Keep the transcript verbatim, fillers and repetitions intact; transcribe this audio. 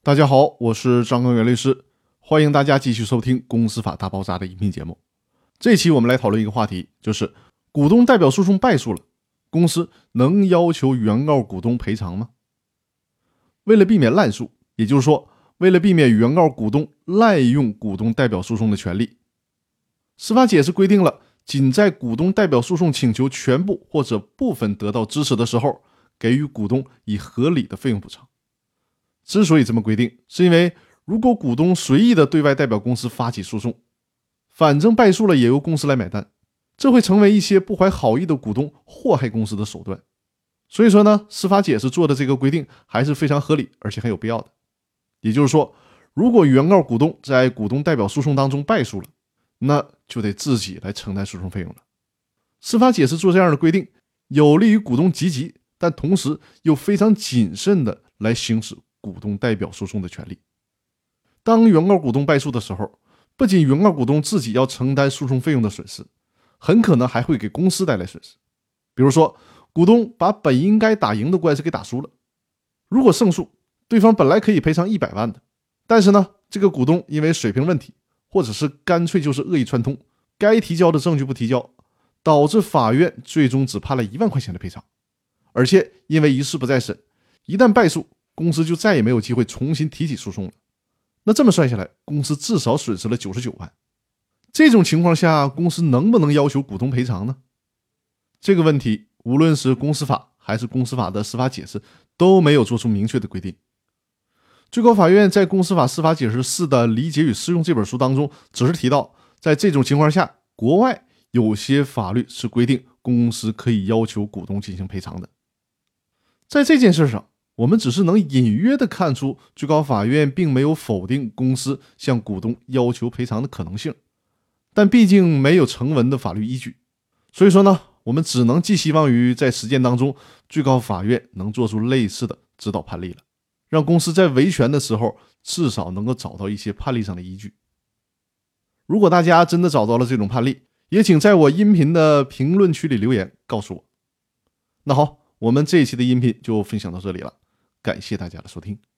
大家好，我是张根源律师，欢迎大家继续收听《公司法大爆炸》的音频节目。这期我们来讨论一个话题，就是股东代表诉讼败诉了，公司能要求原告股东赔偿吗？为了避免滥诉，也就是说，为了避免原告股东滥用股东代表诉讼的权利，司法解释规定了，仅在股东代表诉讼请求全部或者部分得到支持的时候，给予股东以合理的费用补偿。之所以这么规定，是因为如果股东随意的对外代表公司发起诉讼，反正败诉了也由公司来买单，这会成为一些不怀好意的股东祸害公司的手段。所以说呢，司法解释做的这个规定还是非常合理，而且很有必要的。也就是说，如果原告股东在股东代表诉讼当中败诉了，那就得自己来承担诉讼费用了。司法解释做这样的规定，有利于股东积极，但同时又非常谨慎的来行使股东代表诉讼的权利。当原告股东败诉的时候，不仅原告股东自己要承担诉讼费用的损失，很可能还会给公司带来损失。比如说，股东把本应该打赢的官司给打输了，如果胜诉，对方本来可以赔偿一百万的，但是呢，这个股东因为水平问题，或者是干脆就是恶意串通，该提交的证据不提交，导致法院最终只判了一万块钱的赔偿，而且因为一事不再审，一旦败诉，公司就再也没有机会重新提起诉讼了。那这么算下来，公司至少损失了九十九万。这种情况下，公司能不能要求股东赔偿呢？这个问题，无论是公司法还是公司法的司法解释都没有做出明确的规定。最高法院在《公司法司法解释四的理解与适用》这本书当中，只是提到，在这种情况下，国外有些法律是规定公司可以要求股东进行赔偿的。在这件事上，我们只是能隐约地看出最高法院并没有否定公司向股东要求赔偿的可能性，但毕竟没有成文的法律依据，所以说呢，我们只能寄希望于在实践当中，最高法院能做出类似的指导判例了，让公司在维权的时候至少能够找到一些判例上的依据。如果大家真的找到了这种判例，也请在我音频的评论区里留言告诉我。那好，我们这一期的音频就分享到这里了，感谢大家的收听。